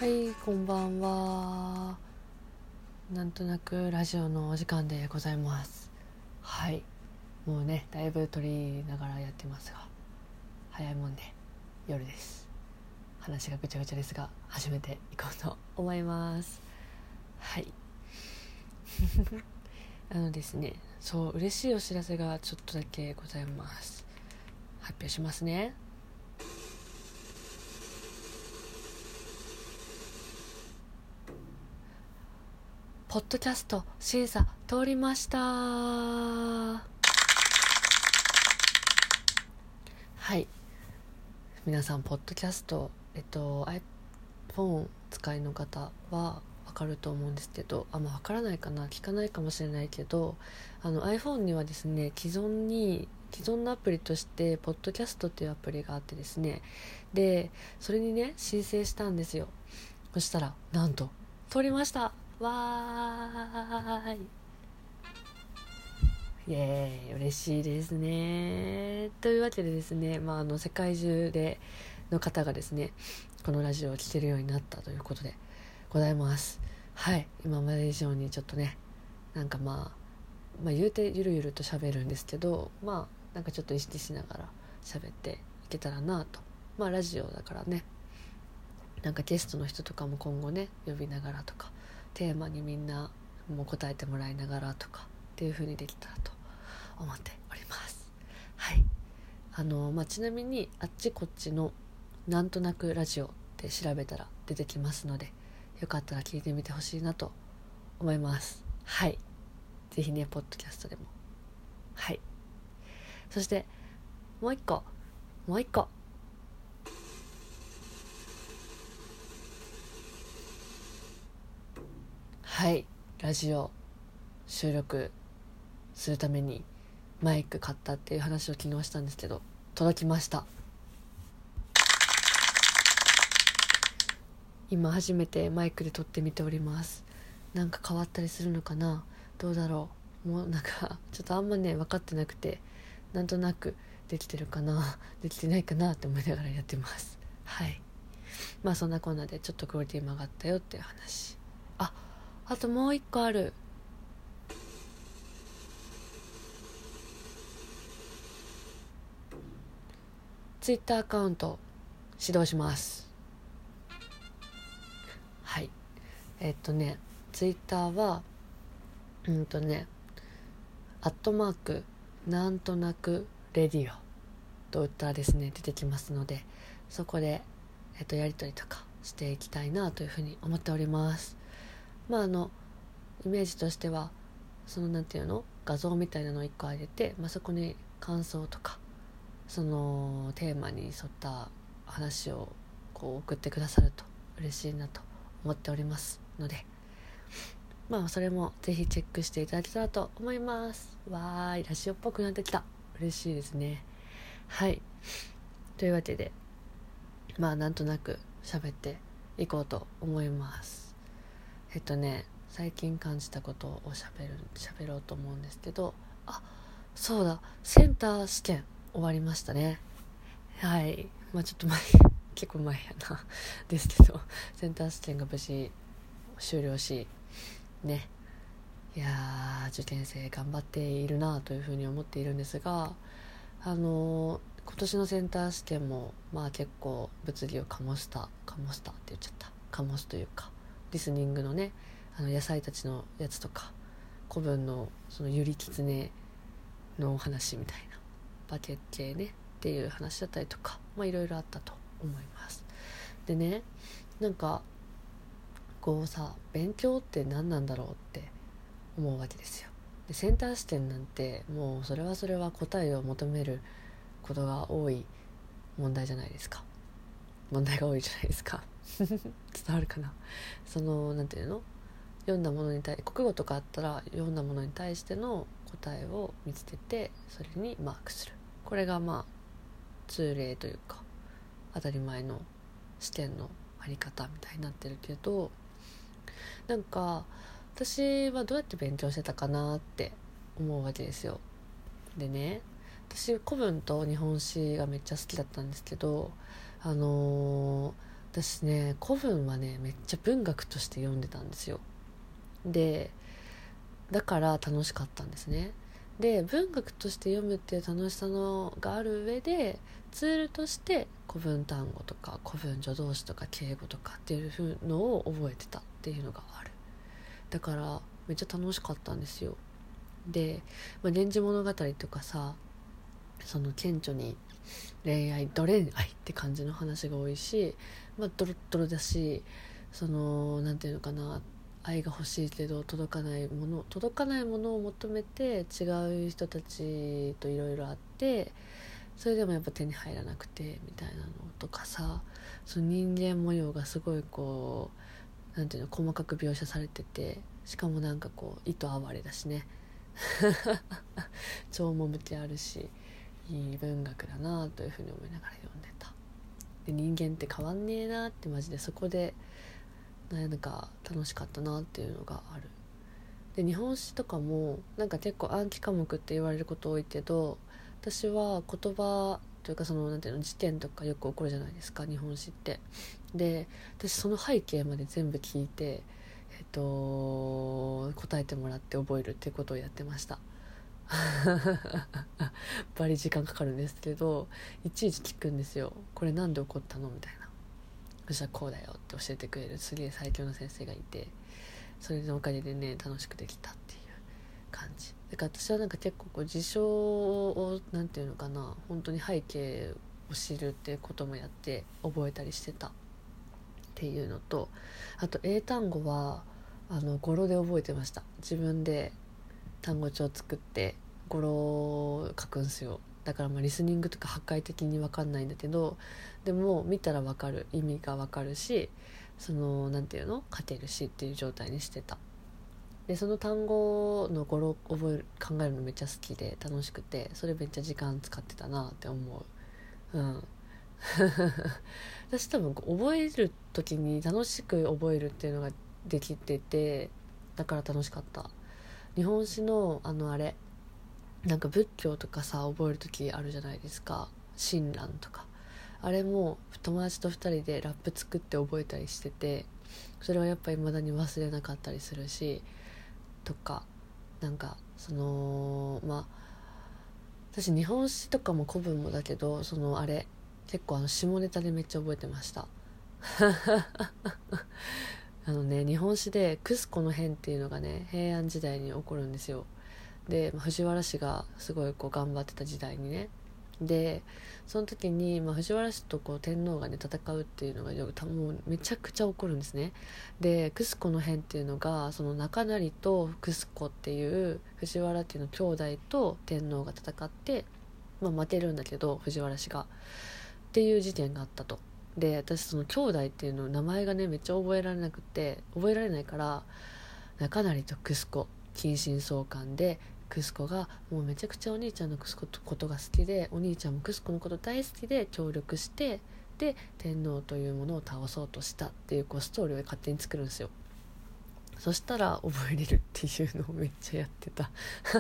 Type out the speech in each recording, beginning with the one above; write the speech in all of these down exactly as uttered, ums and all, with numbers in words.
はい、こんばんは。なんとなくラジオのお時間でございます。はい、もうねだいぶ撮りながらやってますが、早いもんで夜です。話がぐちゃぐちゃですが始めていこうと思います。はいあのですねそう嬉しいお知らせがちょっとだけございます。発表しますね。ポッドキャスト審査通りました。はい、皆さんポッドキャストえっと iPhone 使いの方は分かると思うんですけど、あ、まあ、分からないかな、聞かないかもしれないけど、あの iPhone にはですね既存に既存のアプリとしてポッドキャストっていうアプリがあってですね、でそれにね申請したんですよ。そしたらなんと通りました。わーい、イエーイ、嬉しいですね。というわけでですね、まあ、あの世界中での方がですねこのラジオを聴けるようになったということでございます。はい、今まで以上にちょっとねなんか、まあ、まあ言うてゆるゆると喋るんですけど、まあなんかちょっと意識しながら喋っていけたらなと。まあラジオだからね、なんかゲストの人とかも今後ね呼びながらとか、テーマにみんなもう答えてもらいながらとかっていう風にできたらと思っております。はい、あの、まあ、ちなみにあっちこっちのなんとなくラジオって調べたら出てきますので、よかったら聞いてみてほしいなと思います。はい、ぜひねポッドキャストでも。はい、そしてもう一個もう一個はい、ラジオ収録するためにマイク買ったっていう話を昨日したんですけど、届きました。今初めてマイクで撮ってみております。なんか変わったりするのかな、どうだろう。もうなんかちょっとあんまね分かってなくて、なんとなくできてるかなできてないかなって思いながらやってます。はい、まあそんなこんなでちょっとクオリティも上がったよっていう話。あ、あともう一個ある。ツイッターアカウント始動します。はい、えっとねツイッターはうんとねアットマークなんとなくレディオと打ったらですね出てきますので、そこで、えっと、やり取りとかしていきたいなというふうに思っております。まああのイメージとしてはそのなんていうの画像みたいなのをいっこ上げて、まあ、そこに感想とかそのテーマに沿った話をこう送ってくださると嬉しいなと思っておりますので、まあそれもぜひチェックしていただけたらと思います。わーい、ラジオっぽくなってきた。嬉しいですね。はい、というわけでまあなんとなく喋っていこうと思います。えっとね最近感じたことを喋る喋ろうと思うんですけど、あ、そうだ、センター試験終わりましたね。はい、まあちょっと前結構前やなですけど、センター試験が無事終了しね、いやー受験生頑張っているなというふうに思っているんですが、あのー、今年のセンター試験もまあ結構物議を醸した醸したって言っちゃった醸すというか、リスニングのねあの野菜たちのやつとか、古文のそのゆりきつねのお話みたいなバケ系ねっていう話だったりとか、まあいろいろあったと思います。でね、なんかこうさ、勉強って何なんだろうって思うわけですよ。でセンター試験なんてもうそれはそれは答えを求めることが多い問題じゃないですか。問題が多いじゃないですか伝わるかな。そのなんていうの、読んだものに対国語とかあったら読んだものに対しての答えを見つけてそれにマークする、これがまあ通例というか当たり前の試験のあり方みたいになってるけど、なんか私はどうやって勉強してたかなって思うわけですよ。でね、私古文と日本史がめっちゃ好きだったんですけど、あの私ね古文はねめっちゃ文学として読んでたんですよ。でだから楽しかったんですね。で文学として読むっていう楽しさのがある上でツールとして古文単語とか古文助動詞とか敬語とかっていうのを覚えてたっていうのがある。だからめっちゃ楽しかったんですよ。で、まあ、源氏物語とかさ、その顕著に恋愛ド恋愛って感じの話が多いし、まあ、ドロッドロだし、そのなんていうのかな、愛が欲しいけど届かないもの届かないものを求めて違う人たちといろいろあって、それでもやっぱ手に入らなくてみたいなのとかさ、その人間模様がすごいこうなんていうの細かく描写されてて、しかもなんかこう糸哀れだしね超趣あるし、いい文学だなというふうに思いながら読んでた。で人間って変わんねえなってマジでそこでなんか楽しかったなっていうのがある。で日本史とかもなんか結構暗記科目って言われること多いけど、私は言葉というかそのなんていうの辞典とかよく起こるじゃないですか日本史って。で私その背景まで全部聞いて、えっと答えてもらって覚えるっていうことをやってましたバリ時間かかるんですけど、いちいち聞くんですよ。これなんで起こったのみたいな。そしたらこうだよって教えてくれるすげえ最強の先生がいて、それのおかげでね楽しくできたっていう感じだから、私はなんか結構こう事象をなんていうのかな、本当に背景を知るっていうこともやって覚えたりしてたっていうのと、あと英単語はあの語呂で覚えてました。自分で単語帳作って語呂を書くんすよ。だからまあリスニングとか破壊的に分かんないんだけど、でも見たら分かる、意味が分かるし、そのなんていうの書けるしっていう状態にしてた。でその単語の語呂を覚える考えるのめっちゃ好きで楽しくて、それめっちゃ時間使ってたなって思う。うん私多分覚える時に楽しく覚えるっていうのができてて、だから楽しかった。日本史のあのあれなんか仏教とかさ覚える時あるじゃないですか、親鸞とか。あれも友達とふたりでラップ作って覚えたりしてて、それはやっぱり未だに忘れなかったりするしとか、なんかそのまあ私日本史とかも古文もだけど、そのあれ結構あの下ネタでめっちゃ覚えてましたあのね日本史でクスコの変っていうのがね平安時代に起こるんですよ。で藤原氏がすごいこう頑張ってた時代にね、でその時に、まあ、藤原氏とこう天皇がね戦うっていうのがもうめちゃくちゃ起こるんですね。でクスコの変っていうのがその中成とクスコっていう藤原っていうの兄弟と天皇が戦って、まあ、負けるんだけど藤原氏がっていう事件があったと。で私その兄弟っていうの名前がねめっちゃ覚えられなくて覚えられないから、中成とクスコ近親相関で、クスコがもうめちゃくちゃお兄ちゃんのクスコのことが好きで、お兄ちゃんもクスコのこと大好きで協力して、で天皇というものを倒そうとしたっていうこうストーリーを勝手に作るんですよ。そしたら覚えれるっていうのをめっちゃやってた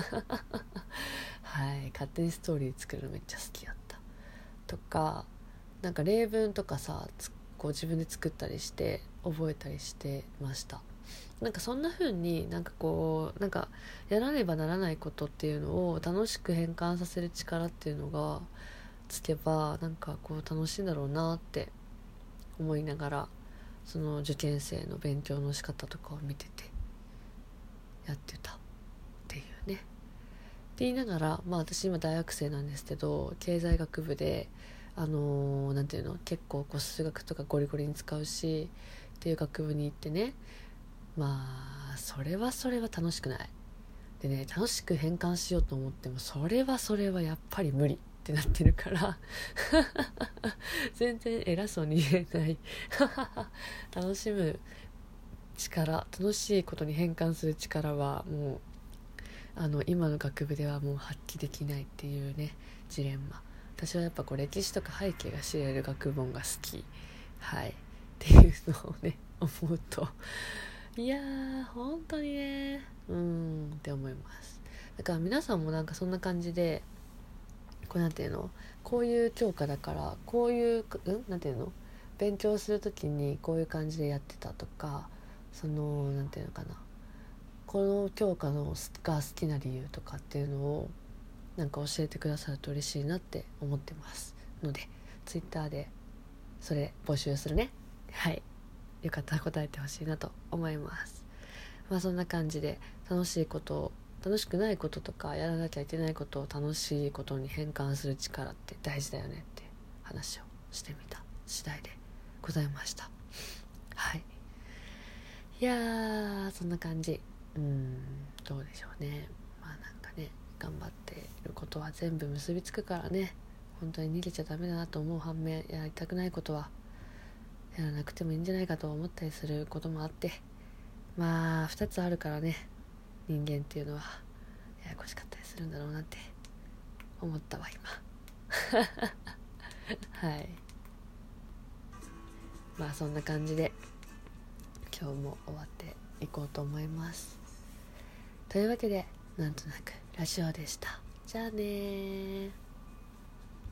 はい勝手にストーリー作るのめっちゃ好きやったとか、なんか例文とかさこう自分で作ったりして覚えたりしてました。なんかそんな風になんかこうなんかやらねばならないことっていうのを楽しく変換させる力っていうのがつけばなんかこう楽しいんだろうなって思いながら、その受験生の勉強の仕方とかを見ててやってたっていうね。って言いながら、まあ私今大学生なんですけど、経済学部であのー、なんていうの結構こう数学とかゴリゴリに使うしっていう学部に行ってね、まあそれはそれは楽しくないでね、楽しく変換しようと思ってもそれはそれはやっぱり無理ってなってるから全然偉そうに言えない楽しむ力、楽しいことに変換する力はもうあの今の学部ではもう発揮できないっていうねジレンマ。私はやっぱこう歴史とか背景が知れる学問が好き、はいっていうのをね思うと、いやー本当にねうーんって思います。だから皆さんもなんかそんな感じでこうなんていうのこういう教科だからこういううんなんていうの勉強するときにこういう感じでやってたとか、そのなんていうのかな、この教科のが好きな理由とかっていうのをなんか教えてくださると嬉しいなって思ってますので、ツイッターでそれ募集するね。はい、よかったら答えてほしいなと思います。まあそんな感じで、楽しいことを楽しくないこととかやらなきゃいけないことを楽しいことに変換する力って大事だよねって話をしてみた次第でございました。はい、いやーそんな感じ。うーんどうでしょうね。まあなんかね、頑張っていることは全部結びつくからね、本当に逃げちゃダメだなと思う反面、やりたくないことはやらなくてもいいんじゃないかと思ったりすることもあって、まあふたつあるからね、人間っていうのはややこしかったりするんだろうなって思ったわ今はい、まあそんな感じで今日も終わっていこうと思います。というわけで、なんとなくラジオでした。じゃあねー。